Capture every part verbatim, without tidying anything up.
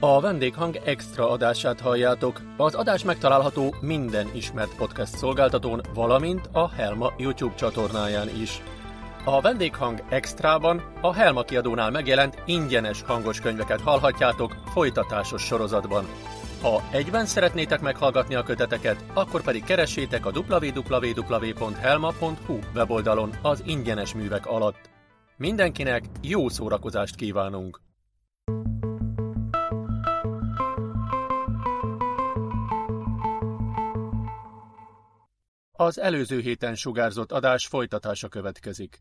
A vendéghang extra adását halljátok. Az adás megtalálható minden ismert podcast szolgáltatón, valamint a Helma YouTube csatornáján is. A vendéghang extrában a Helma kiadónál megjelent ingyenes hangos könyveket hallhatjátok folytatásos sorozatban. Ha egyben szeretnétek meghallgatni a köteteket, akkor pedig keressétek a double-u double-u double-u pont helma pont hu weboldalon az ingyenes művek alatt. Mindenkinek jó szórakozást kívánunk! Az előző héten sugárzott adás folytatása következik.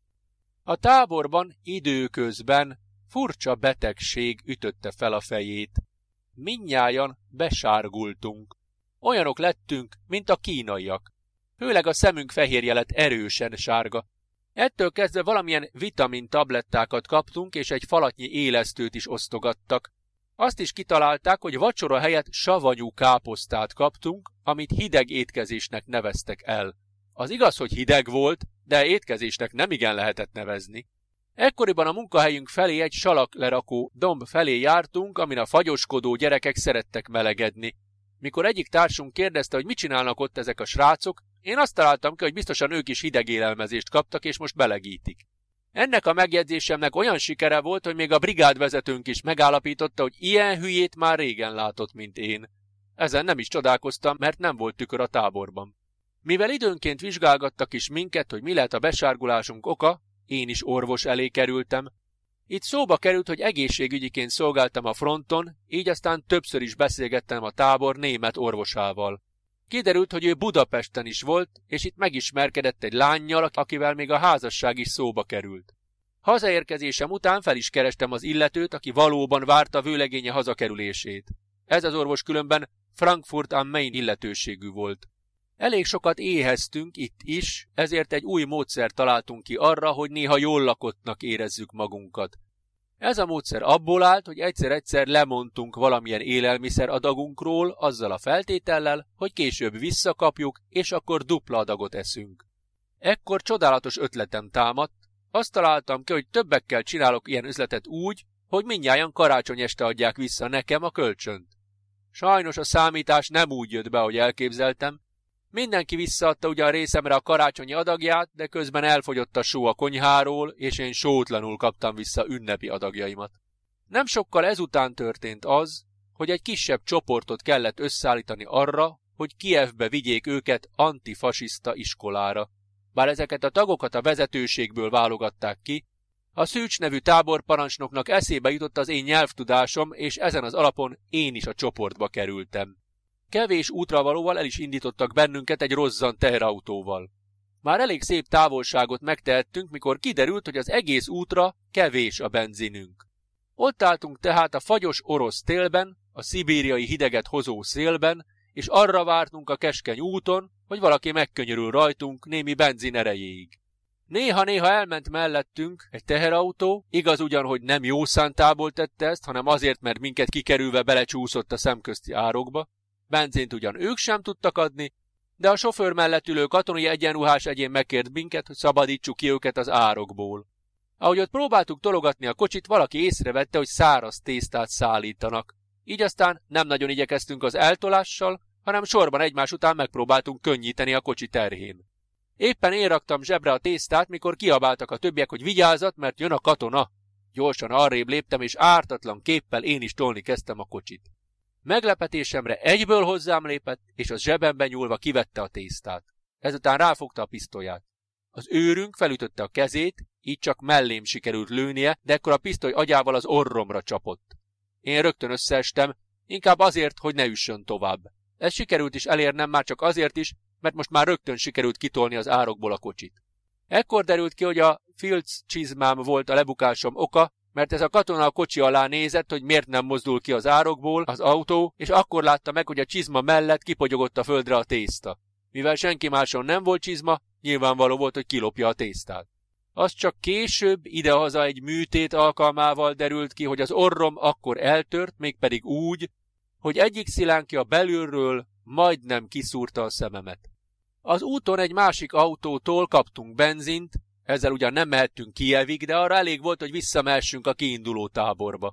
A táborban időközben furcsa betegség ütötte fel a fejét. Mindnyájan besárgultunk. Olyanok lettünk, mint a kínaiak. Főleg a szemünk fehérje lett erősen sárga. Ettől kezdve valamilyen vitamin tablettákat kaptunk, és egy falatnyi élesztőt is osztogattak. Azt is kitalálták, hogy vacsora helyett savanyú káposztát kaptunk, amit hideg étkezésnek neveztek el. Az igaz, hogy hideg volt, de étkezésnek nemigen lehetett nevezni. Ekkoriban a munkahelyünk felé egy salaklerakó domb felé jártunk, amin a fagyoskodó gyerekek szerettek melegedni. Mikor egyik társunk kérdezte, hogy mit csinálnak ott ezek a srácok, én azt találtam ki, hogy biztosan ők is hideg élelmezést kaptak, és most belegítik. Ennek a megjegyzésemnek olyan sikere volt, hogy még a brigádvezetőnk is megállapította, hogy ilyen hülyét már régen látott, mint én. Ezen nem is csodálkoztam, mert nem volt tükör a táborban. Mivel időnként vizsgálgattak is minket, hogy mi lehet a besárgulásunk oka, én is orvos elé kerültem. Itt szóba került, hogy egészségügyiként szolgáltam a fronton, így aztán többször is beszélgettem a tábor német orvosával. Kiderült, hogy ő Budapesten is volt, és itt megismerkedett egy lánnyal, akivel még a házasság is szóba került. Hazaérkezésem után fel is kerestem az illetőt, aki valóban várta vőlegénye hazakerülését. Ez az orvos különben Frankfurt am Main illetőségű volt. Elég sokat éheztünk itt is, ezért egy új módszert találtunk ki arra, hogy néha jól lakottnak érezzük magunkat. Ez a módszer abból állt, hogy egyszer-egyszer lemondtunk valamilyen élelmiszer adagunkról, azzal a feltétellel, hogy később visszakapjuk, és akkor dupla adagot eszünk. Ekkor csodálatos ötletem támadt, azt találtam ki, hogy többekkel csinálok ilyen üzletet úgy, hogy mindnyájan karácsony este adják vissza nekem a kölcsönt. Sajnos a számítás nem úgy jött be, ahogy elképzeltem. Mindenki visszaadta ugyan részemre a karácsonyi adagját, de közben elfogyott a só a konyháról, és én sótlanul kaptam vissza ünnepi adagjaimat. Nem sokkal ezután történt az, hogy egy kisebb csoportot kellett összeállítani arra, hogy Kijevbe vigyék őket antifasiszta iskolára. Bár ezeket a tagokat a vezetőségből válogatták ki, a Szűcs nevű táborparancsnoknak eszébe jutott az én nyelvtudásom, és ezen az alapon én is a csoportba kerültem. Kevés útravalóval el is indítottak bennünket egy rozzant teherautóval. Már elég szép távolságot megtehettünk, mikor kiderült, hogy az egész útra kevés a benzinünk. Ott álltunk tehát a fagyos orosz télben, a szibériai hideget hozó szélben, és arra vártunk a keskeny úton, hogy valaki megkönyörül rajtunk némi benzin erejéig. Néha-néha elment mellettünk egy teherautó, igaz ugyan, hogy nem jó szántából tette ezt, hanem azért, mert minket kikerülve belecsúszott a szemközti árokba. Benzint ugyan ők sem tudtak adni, de a sofőr mellett ülő katonai egyenruhás egyén megkért minket, hogy szabadítsuk ki őket az árokból. Ahogy ott próbáltuk tologatni a kocsit, valaki észrevette, hogy száraz tésztát szállítanak. Így aztán nem nagyon igyekeztünk az eltolással, hanem sorban egymás után megpróbáltunk könnyíteni a kocsi terhén. Éppen én raktam zsebre a tésztát, mikor kiabáltak a többiek, hogy vigyázzat, mert jön a katona. Gyorsan arrébb léptem, és ártatlan képpel én is tolni kezdtem a kocsit. Meglepetésemre egyből hozzám lépett, és az zsebemben nyúlva kivette a tésztát. Ezután ráfogta a pisztolyát. Az őrünk felütötte a kezét, így csak mellém sikerült lőnie, de ekkor a pisztoly agyával az orromra csapott. Én rögtön összeestem, inkább azért, hogy ne üssön tovább. Ez sikerült is elérnem, már csak azért is, mert most már rögtön sikerült kitolni az árokból a kocsit. Ekkor derült ki, hogy a Fields csizmám volt a lebukásom oka, mert ez a katona a kocsi alá nézett, hogy miért nem mozdul ki az árokból az autó, és akkor látta meg, hogy a csizma mellett kipogyogott a földre a tészta. Mivel senki máson nem volt csizma, nyilvánvaló volt, hogy kilopja a tésztát. Az csak később idehaza egy műtét alkalmával derült ki, hogy az orrom akkor eltört, mégpedig úgy, hogy egyik szilánkja belülről majdnem kiszúrta a szememet. Az úton egy másik autótól kaptunk benzint, ezzel ugyan nem mehettünk Kijevig, de arra elég volt, hogy visszamehessünk a kiinduló táborba.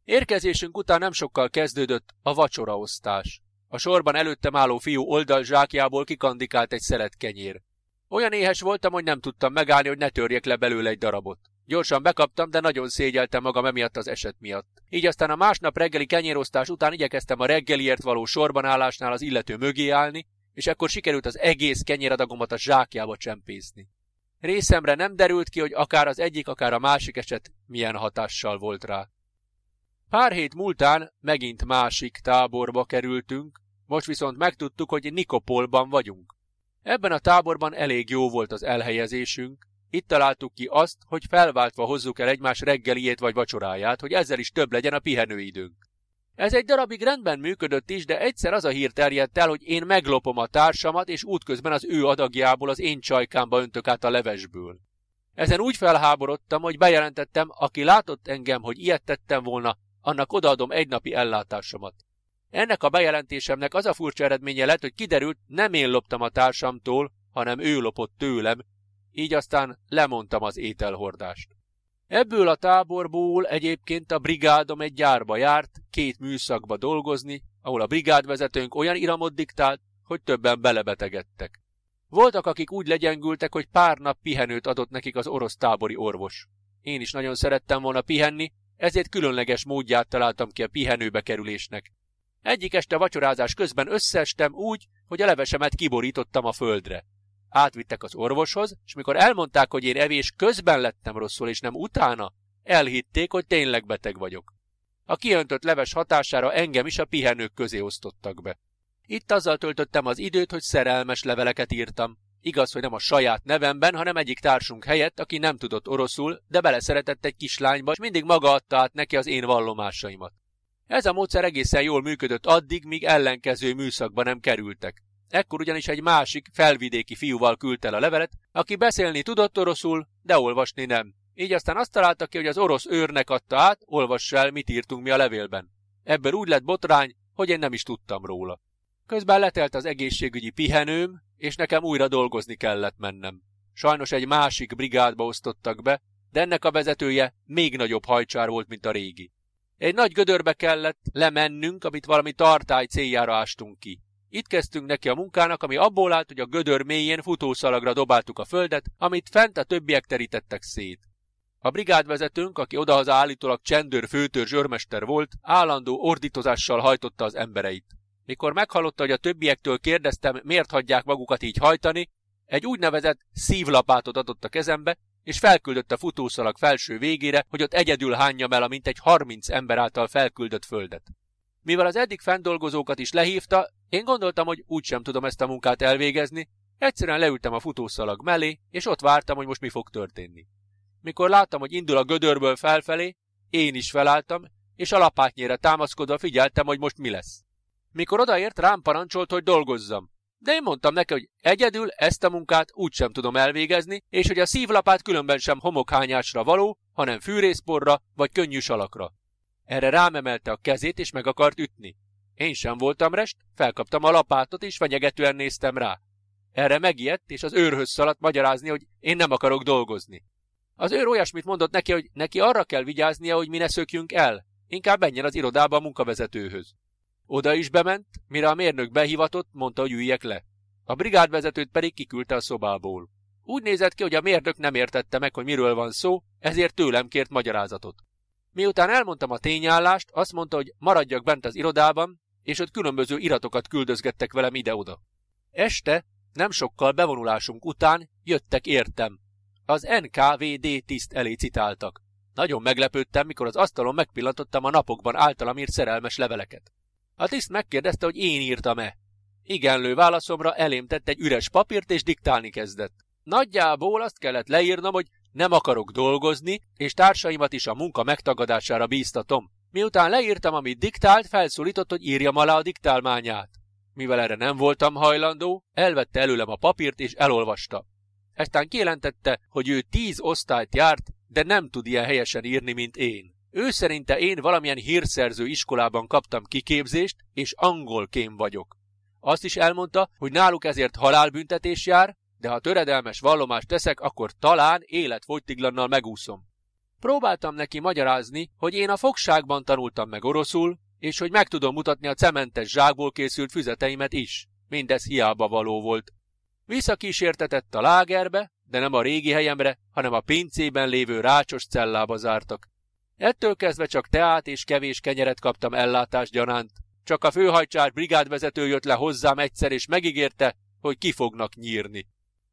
Érkezésünk után nem sokkal kezdődött a vacsoraosztás. A sorban előttem álló fiú oldalzsákjából kikandikált egy szelet kenyér. Olyan éhes voltam, hogy nem tudtam megállni, hogy ne törjek le belőle egy darabot. Gyorsan bekaptam, de nagyon szégyeltem magam emiatt az eset miatt. Így aztán a másnap reggeli kenyérosztás után igyekeztem a reggeliért való sorban állásnál az illető mögé állni, és ekkor sikerült az egész kenyéradagomat a zsákjába csempészni. Részemre nem derült ki, hogy akár az egyik, akár a másik eset milyen hatással volt rá. Pár hét múltán megint másik táborba kerültünk, most viszont megtudtuk, hogy Nikopolban vagyunk. Ebben a táborban elég jó volt az elhelyezésünk, itt találtuk ki azt, hogy felváltva hozzuk el egymás reggeliét vagy vacsoráját, hogy ezzel is több legyen a pihenőidőnk. Ez egy darabig rendben működött is, de egyszer az a hír terjedt el, hogy én meglopom a társamat, és útközben az ő adagjából az én csajkámba öntök át a levesből. Ezen úgy felháborodtam, hogy bejelentettem, aki látott engem, hogy ilyet tettem volna, annak odaadom egy napi ellátásomat. Ennek a bejelentésemnek az a furcsa eredménye lett, hogy kiderült, nem én loptam a társamtól, hanem ő lopott tőlem, így aztán lemondtam az ételhordást. Ebből a táborból egyébként a brigádom egy gyárba járt, két műszakba dolgozni, ahol a brigádvezetőnk olyan iramot diktált, hogy többen belebetegedtek. Voltak, akik úgy legyengültek, hogy pár nap pihenőt adott nekik az orosz tábori orvos. Én is nagyon szerettem volna pihenni, ezért különleges módját találtam ki a pihenőbe kerülésnek. Egyik este vacsorázás közben összeestem úgy, hogy a levesemet kiborítottam a földre. Átvittek az orvoshoz, és mikor elmondták, hogy én evés közben lettem rosszul, és nem utána, elhitték, hogy tényleg beteg vagyok. A kiöntött leves hatására engem is a pihenők közé osztottak be. Itt azzal töltöttem az időt, hogy szerelmes leveleket írtam. Igaz, hogy nem a saját nevemben, hanem egyik társunk helyett, aki nem tudott oroszul, de beleszeretett egy kislányba, és mindig maga adta át neki az én vallomásaimat. Ez a módszer egészen jól működött addig, míg ellenkező műszakba nem kerültek. Ekkor ugyanis egy másik, felvidéki fiúval küldte el a levelet, aki beszélni tudott oroszul, de olvasni nem. Így aztán azt találta ki, hogy az orosz őrnek adta át, olvass el, mit írtunk mi a levélben. Ebből úgy lett botrány, hogy én nem is tudtam róla. Közben letelt az egészségügyi pihenőm, és nekem újra dolgozni kellett mennem. Sajnos egy másik brigádba osztottak be, de ennek a vezetője még nagyobb hajcsár volt, mint a régi. Egy nagy gödörbe kellett lemennünk, amit valami tartály céljára ástunk ki. Itt kezdtünk neki a munkának, ami abból állt, hogy a gödör mélyén futószalagra dobáltuk a földet, amit fent a többiek terítettek szét. A brigádvezetőnk, aki odahaza állítólag csendőr, főtörzs, őrmester volt, állandó ordítozással hajtotta az embereit. Mikor meghallotta, hogy a többiektől kérdeztem, miért hagyják magukat így hajtani, egy úgynevezett szívlapátot adott a kezembe, és felküldött a futószalag felső végére, hogy ott egyedül hányjam el a mintegy harminc ember által felküldött földet. Mivel az eddig fenndolgozókat is lehívta, én gondoltam, hogy úgysem tudom ezt a munkát elvégezni, egyszerűen leültem a futószalag mellé, és ott vártam, hogy most mi fog történni. Mikor láttam, hogy indul a gödörből felfelé, én is felálltam, és a lapátnyére támaszkodva figyeltem, hogy most mi lesz. Mikor odaért, rám parancsolt, hogy dolgozzam. De én mondtam neki, hogy egyedül ezt a munkát úgysem tudom elvégezni, és hogy a szívlapát különben sem homokhányásra való, hanem fűrészporra vagy könnyű salakra. Erre rám emelte a kezét, és meg akart ütni. Én sem voltam rest, felkaptam a lapátot, és fenyegetően néztem rá. Erre megijedt, és az őrhöz szaladt magyarázni, hogy én nem akarok dolgozni. Az őr olyasmit mondott neki, hogy neki arra kell vigyáznia, hogy mi ne szökjünk el, inkább menjen az irodába a munkavezetőhöz. Oda is bement, mire a mérnök behivatott, mondta, hogy üljek le. A brigádvezetőt pedig kiküldte a szobából. Úgy nézett ki, hogy a mérnök nem értette meg, hogy miről van szó, ezért tőlem kért magyarázatot. Miután elmondtam a tényállást, azt mondta, hogy maradjak bent az irodában, és ott különböző iratokat küldözgettek velem ide-oda. Este, nem sokkal bevonulásunk után jöttek értem. Az en ká vé dé tiszt elé citáltak. Nagyon meglepődtem, mikor az asztalon megpillantottam a napokban általam írt szerelmes leveleket. A tiszt megkérdezte, hogy én írtam-e. Igenlő válaszomra elém tett egy üres papírt, és diktálni kezdett. Nagyjából azt kellett leírnom, hogy nem akarok dolgozni, és társaimat is a munka megtagadására bíztatom. Miután leírtam, amit diktált, felszólított, hogy írjam alá a diktálmányát. Mivel erre nem voltam hajlandó, elvette előlem a papírt, és elolvasta. Eztán kijelentette, hogy ő tíz osztályt járt, de nem tud ilyen helyesen írni, mint én. Ő szerinte én valamilyen hírszerző iskolában kaptam kiképzést, és angolkém vagyok. Azt is elmondta, hogy náluk ezért halálbüntetés jár, de ha töredelmes vallomást teszek, akkor talán életfogytiglannal megúszom. Próbáltam neki magyarázni, hogy én a fogságban tanultam meg oroszul, és hogy meg tudom mutatni a cementes zsákból készült füzeteimet is. Mindez hiába való volt. Visszakísértetett a lágerbe, de nem a régi helyemre, hanem a pincében lévő rácsos cellába zártak. Ettől kezdve csak teát és kevés kenyeret kaptam ellátás gyanánt. Csak a főhajcsár brigádvezető jött le hozzám egyszer, és megígérte, hogy ki fognak nyírni.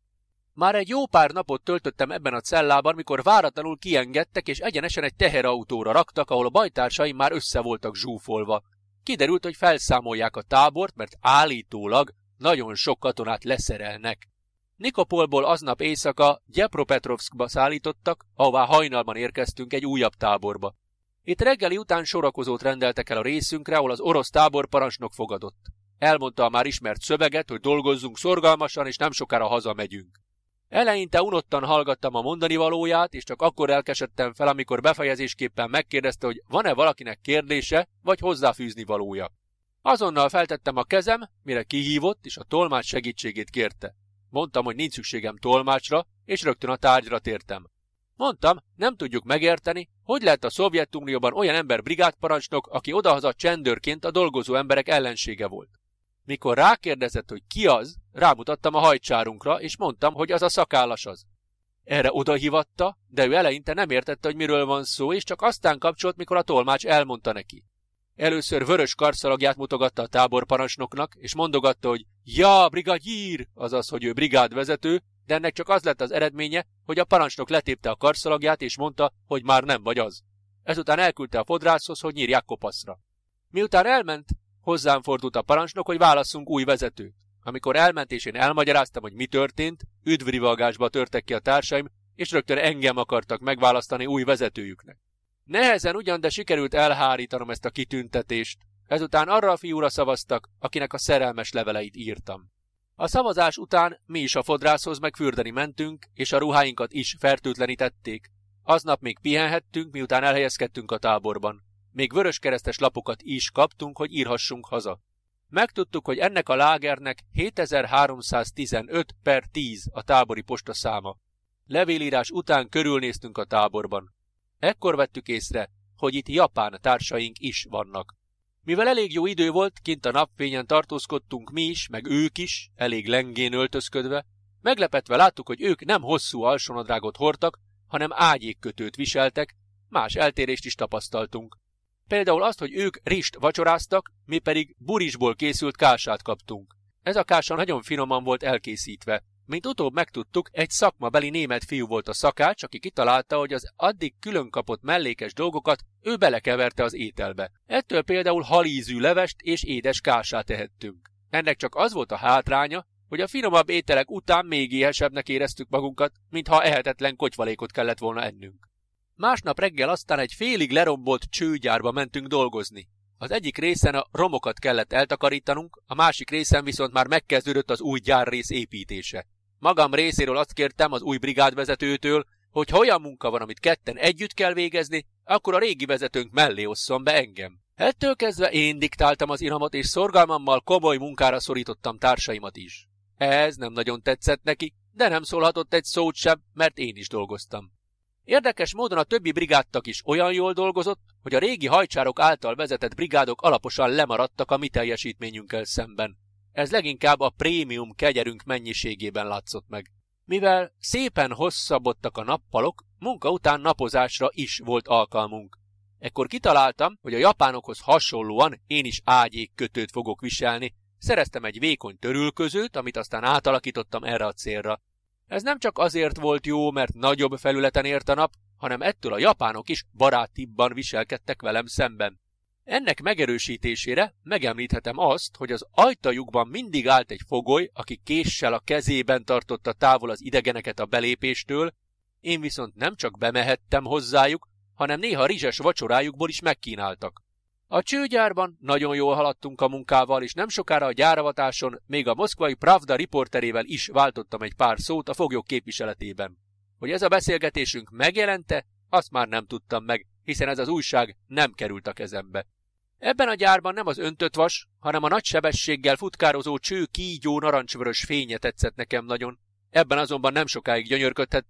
Már egy jó pár napot töltöttem ebben a cellában, mikor váratlanul kiengedtek, és egyenesen egy teherautóra raktak, ahol a bajtársaim már össze voltak zsúfolva. Kiderült, hogy felszámolják a tábort, mert állítólag nagyon sok katonát leszerelnek. Nikopolból aznap éjszaka Dnyepropetrovszkba szállítottak, ahová hajnalban érkeztünk egy újabb táborba. Itt reggeli után sorakozót rendeltek el a részünkre, ahol az orosz táborparancsnok fogadott. Elmondta a már ismert szöveget, hogy dolgozzunk szorgalmasan, és nem sokára hazamegyünk. Eleinte unottan hallgattam a mondani valóját, és csak akkor elkesedtem fel, amikor befejezésképpen megkérdezte, hogy van-e valakinek kérdése, vagy hozzáfűzni valója. Azonnal feltettem a kezem, mire kihívott, és a tolmács segítségét kérte. Mondtam, hogy nincs szükségem tolmácsra, és rögtön a tárgyra tértem. Mondtam, nem tudjuk megérteni, hogy lehet a Szovjetunióban olyan ember brigádparancsnok, aki odahaza csendőrként a dolgozó emberek ellensége volt. Mikor rákérdezett, hogy ki az, rámutattam a hajcsárunkra, és mondtam, hogy az a szakállas az. Erre odahívatta, de ő eleinte nem értette, hogy miről van szó, és csak aztán kapcsolt, mikor a tolmács elmondta neki. Először vörös karszalagját mutogatta a táborparancsnoknak, és mondogatta, hogy ja, brigagyír, azaz, hogy ő brigádvezető, de ennek csak az lett az eredménye, hogy a parancsnok letépte a karszalagját, és mondta, hogy már nem vagy az. Ezután elküldte a fodrászhoz, hogy nyírják kopaszra. Miután elment, hozzám fordult a parancsnok, hogy válasszunk új vezetőt. Amikor elment és én elmagyaráztam, hogy mi történt, üdvrivalgásba törtek ki a társaim, és rögtön engem akartak megválasztani új vezetőjüknek. Nehezen ugyan, de sikerült elhárítanom ezt a kitüntetést. Ezután arra a fiúra szavaztak, akinek a szerelmes leveleit írtam. A szavazás után mi is a fodrászhoz megfürdeni mentünk, és a ruháinkat is fertőtlenítették. Aznap még pihenhettünk, miután elhelyezkedtünk a táborban. Még vöröskeresztes lapokat is kaptunk, hogy írhassunk haza. Megtudtuk, hogy ennek a lágernek hétezer-háromszáztizenöt per tíz a tábori postaszáma. Levélírás után körülnéztünk a táborban. Ekkor vettük észre, hogy itt japán társaink is vannak. Mivel elég jó idő volt, kint a napfényen tartózkodtunk mi is, meg ők is, elég lengén öltözködve, meglepetve láttuk, hogy ők nem hosszú alsónadrágot hordtak, hanem ágyékkötőt viseltek, más eltérést is tapasztaltunk. Például azt, hogy ők rist vacsoráztak, mi pedig burizsból készült kását kaptunk. Ez a kása nagyon finoman volt elkészítve. Mint utóbb megtudtuk, egy szakmabeli német fiú volt a szakács, aki kitalálta, hogy az addig külön kapott mellékes dolgokat ő belekeverte az ételbe. Ettől például halízű levest és édes kását ehettünk. Ennek csak az volt a hátránya, hogy a finomabb ételek után még éhesebbnek éreztük magunkat, mintha ehetetlen kotyvalékot kellett volna ennünk. Másnap reggel aztán egy félig lerombolt csőgyárba mentünk dolgozni. Az egyik részen a romokat kellett eltakarítanunk, a másik részen viszont már megkezdődött az új gyárrész építése. Magam részéről azt kértem az új brigádvezetőtől, hogy ha olyan munka van, amit ketten együtt kell végezni, akkor a régi vezetőnk mellé osszon be engem. Ettől kezdve én diktáltam az iramot, és szorgalmammal komoly munkára szorítottam társaimat is. Ez nem nagyon tetszett neki, de nem szólhatott egy szót sem, mert én is dolgoztam. Érdekes módon a többi brigádtag is olyan jól dolgozott, hogy a régi hajcsárok által vezetett brigádok alaposan lemaradtak a mi teljesítményünkkel szemben. Ez leginkább a prémium kegyerünk mennyiségében látszott meg. Mivel szépen hosszabbodtak a nappalok, munka után napozásra is volt alkalmunk. Ekkor kitaláltam, hogy a japánokhoz hasonlóan én is ágyékkötőt fogok viselni. Szereztem egy vékony törülközőt, amit aztán átalakítottam erre a célra. Ez nem csak azért volt jó, mert nagyobb felületen ért a nap, hanem ettől a japánok is barátibban viselkedtek velem szemben. Ennek megerősítésére megemlíthetem azt, hogy az ajtajukban mindig állt egy fogoly, aki késsel a kezében tartotta távol az idegeneket a belépéstől, én viszont nem csak bemehettem hozzájuk, hanem néha rizses vacsorájukból is megkínáltak. A csőgyárban nagyon jól haladtunk a munkával, és nem sokára a gyáravatáson még a moszkvai Pravda riporterével is váltottam egy pár szót a foglyok képviseletében. Hogy ez a beszélgetésünk megjelente, azt már nem tudtam meg, hiszen ez az újság nem került a kezembe. Ebben a gyárban nem az öntött vas, hanem a nagy sebességgel futkározó cső kígyó narancsvörös fénye tetszett nekem nagyon. Ebben azonban nem sokáig gyönyörködhettem,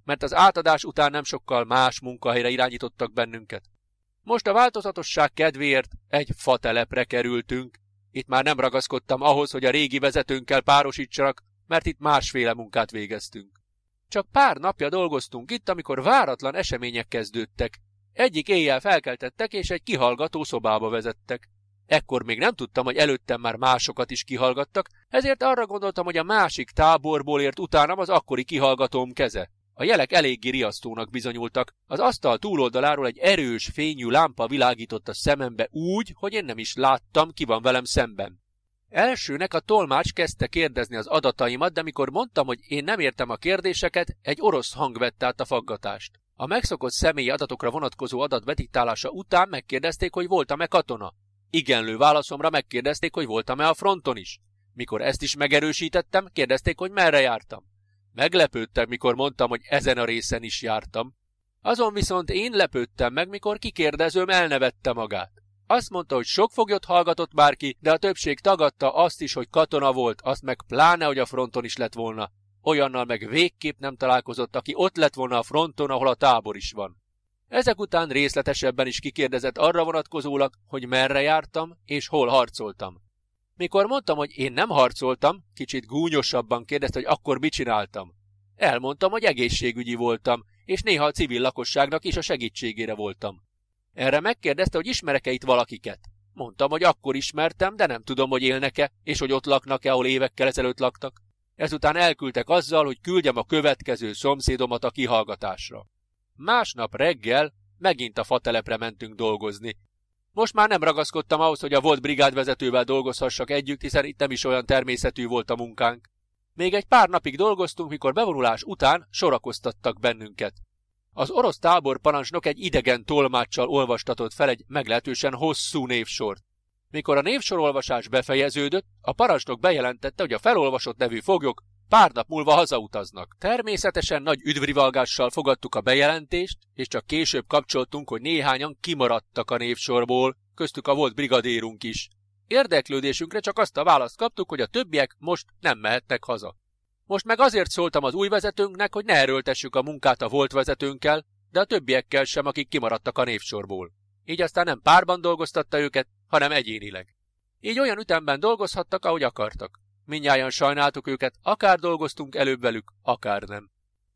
mert az átadás után nem sokkal más munkahelyre irányítottak bennünket. Most a változatosság kedvéért egy fatelepre kerültünk. Itt már nem ragaszkodtam ahhoz, hogy a régi vezetőnkkel párosítsanak, mert itt másféle munkát végeztünk. Csak pár napja dolgoztunk itt, amikor váratlan események kezdődtek. Egyik éjjel felkeltettek, és egy kihallgató szobába vezettek. Ekkor még nem tudtam, hogy előttem már másokat is kihallgattak, ezért arra gondoltam, hogy a másik táborból ért utánam az akkori kihallgatóm keze. A jelek eléggé riasztónak bizonyultak. Az asztal túloldaláról egy erős fényű lámpa világított a szemembe úgy, hogy én nem is láttam, ki van velem szemben. Elsőnek a tolmács kezdte kérdezni az adataimat, de mikor mondtam, hogy én nem értem a kérdéseket, egy orosz hang vette át a faggatást. A megszokott személyi adatokra vonatkozó adat vetítálása után megkérdezték, hogy voltam-e katona. Igenlő válaszomra megkérdezték, hogy voltam-e a fronton is. Mikor ezt is megerősítettem, kérdezték, hogy merre jártam. Meglepődtem, mikor mondtam, hogy ezen a részen is jártam. Azon viszont én lepődtem meg, mikor kikérdezőm elnevette magát. Azt mondta, hogy sok foglyot hallgatott már ki, de a többség tagadta azt is, hogy katona volt, azt meg pláne, hogy a fronton is lett volna. Olyannal meg végképp nem találkozott, aki ott lett volna a fronton, ahol a tábor is van. Ezek után részletesebben is kikérdezett arra vonatkozólag, hogy merre jártam és hol harcoltam. Mikor mondtam, hogy én nem harcoltam, kicsit gúnyosabban kérdezte, hogy akkor mit csináltam. Elmondtam, hogy egészségügyi voltam, és néha a civil lakosságnak is a segítségére voltam. Erre megkérdezte, hogy ismerek-e itt valakiket. Mondtam, hogy akkor ismertem, de nem tudom, hogy élnek-e, és hogy ott laknak-e, ahol évekkel ezelőtt laktak. Ezután elküldtek azzal, hogy küldjem a következő szomszédomat a kihallgatásra. Másnap reggel megint a fatelepre mentünk dolgozni. Most már nem ragaszkodtam ahhoz, hogy a volt brigádvezetővel dolgozhassak együtt, hiszen itt nem is olyan természetű volt a munkánk. Még egy pár napig dolgoztunk, mikor bevonulás után sorakoztattak bennünket. Az orosz táborparancsnok egy idegen tolmáccsal olvastatott fel egy meglehetősen hosszú névsort. Mikor a névsorolvasás befejeződött, a parancsnok bejelentette, hogy a felolvasott nevű foglyok pár nap múlva hazautaznak. Természetesen nagy üdvrivalgással fogadtuk a bejelentést, és csak később kapcsoltunk, hogy néhányan kimaradtak a névsorból, köztük a volt brigadérunk is. Érdeklődésünkre csak azt a választ kaptuk, hogy a többiek most nem mehetnek haza. Most meg azért szóltam az új vezetőnknek, hogy ne erőltessük a munkát a volt vezetőnkkel, de a többiekkel sem, akik kimaradtak a névsorból. Így aztán nem párban dolgoztatta őket, hanem egyénileg. Így olyan ütemben dolgozhattak, ahogy akartak. Mindnyájan sajnáltuk őket, akár dolgoztunk előbb velük, akár nem.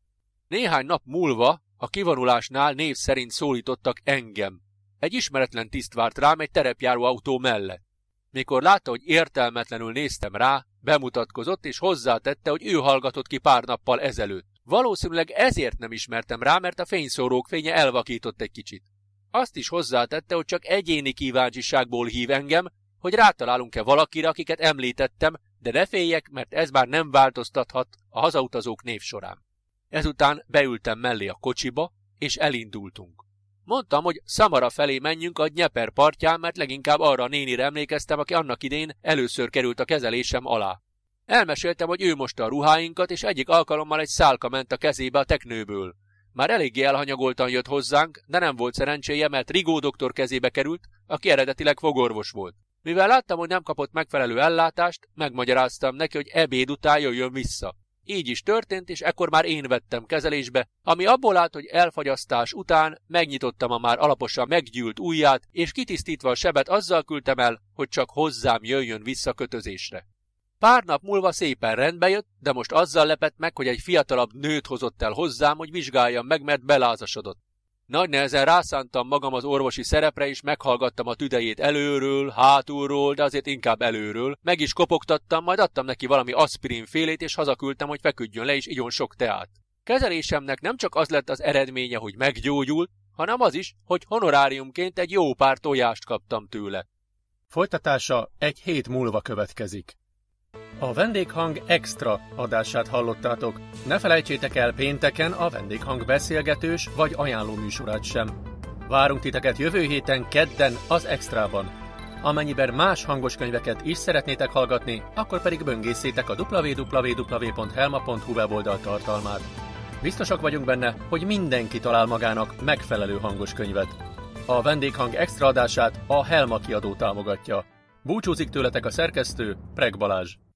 Néhány nap múlva a kivonulásnál név szerint szólítottak engem. Egy ismeretlen tiszt várt rám egy terepjáró autó mellett. Mikor látta, hogy értelmetlenül néztem rá, bemutatkozott és hozzátette, hogy ő hallgatott ki pár nappal ezelőtt. Valószínűleg ezért nem ismertem rá, mert a fényszórók fénye elvakított egy kicsit. Azt is hozzátette, hogy csak egyéni kíváncsiságból hív engem, hogy rátalálunk-e valakire, akiket említettem, de ne féljek, mert ez már nem változtathat a hazautazók névsorán. Ezután beültem mellé a kocsiba, és elindultunk. Mondtam, hogy Szamara felé menjünk a Dnyeper partján, mert leginkább arra a nénire emlékeztem, aki annak idején először került a kezelésem alá. Elmeséltem, hogy ő mosta a ruháinkat, és egyik alkalommal egy szálka ment a kezébe a teknőből. Már eléggé elhanyagoltan jött hozzánk, de nem volt szerencséje, mert Rigó doktor kezébe került, aki eredetileg fogorvos volt. Mivel láttam, hogy nem kapott megfelelő ellátást, megmagyaráztam neki, hogy ebéd után jöjjön vissza. Így is történt, és ekkor már én vettem kezelésbe, ami abból állt, hogy elfagyasztás után megnyitottam a már alaposan meggyűlt ujját, és kitisztítva a sebet azzal küldtem el, hogy csak hozzám jöjjön vissza kötözésre. Pár nap múlva szépen rendbe jött, de most azzal lepett meg, hogy egy fiatalabb nőt hozott el hozzám, hogy vizsgáljam meg, mert belázasodott. Nagy nehezen rászántam magam az orvosi szerepre, és meghallgattam a tüdejét előről, hátulról, de azért inkább előről. Meg is kopogtattam, majd adtam neki valami aspirinfélét, és hazaküldtem, hogy feküdjön le, és igyon sok teát. Kezelésemnek nem csak az lett az eredménye, hogy meggyógyult, hanem az is, hogy honoráriumként egy jó pár tojást kaptam tőle. Folytatása egy hét múlva következik. A Vendéghang Extra adását hallottátok. Ne felejtsétek el pénteken a Vendéghang beszélgetős vagy ajánló műsorát sem. Várunk titeket jövő héten kedden az Extrában. Amennyiben más hangos könyveket is szeretnétek hallgatni, akkor pedig böngészétek a double-u double-u double-u pont helma pont hu weboldal tartalmát. Biztosak vagyunk benne, hogy mindenki talál magának megfelelő hangos könyvet. A Vendéghang Extra adását a Helma kiadó támogatja. Búcsúzik tőletek a szerkesztő, Preg Balázs.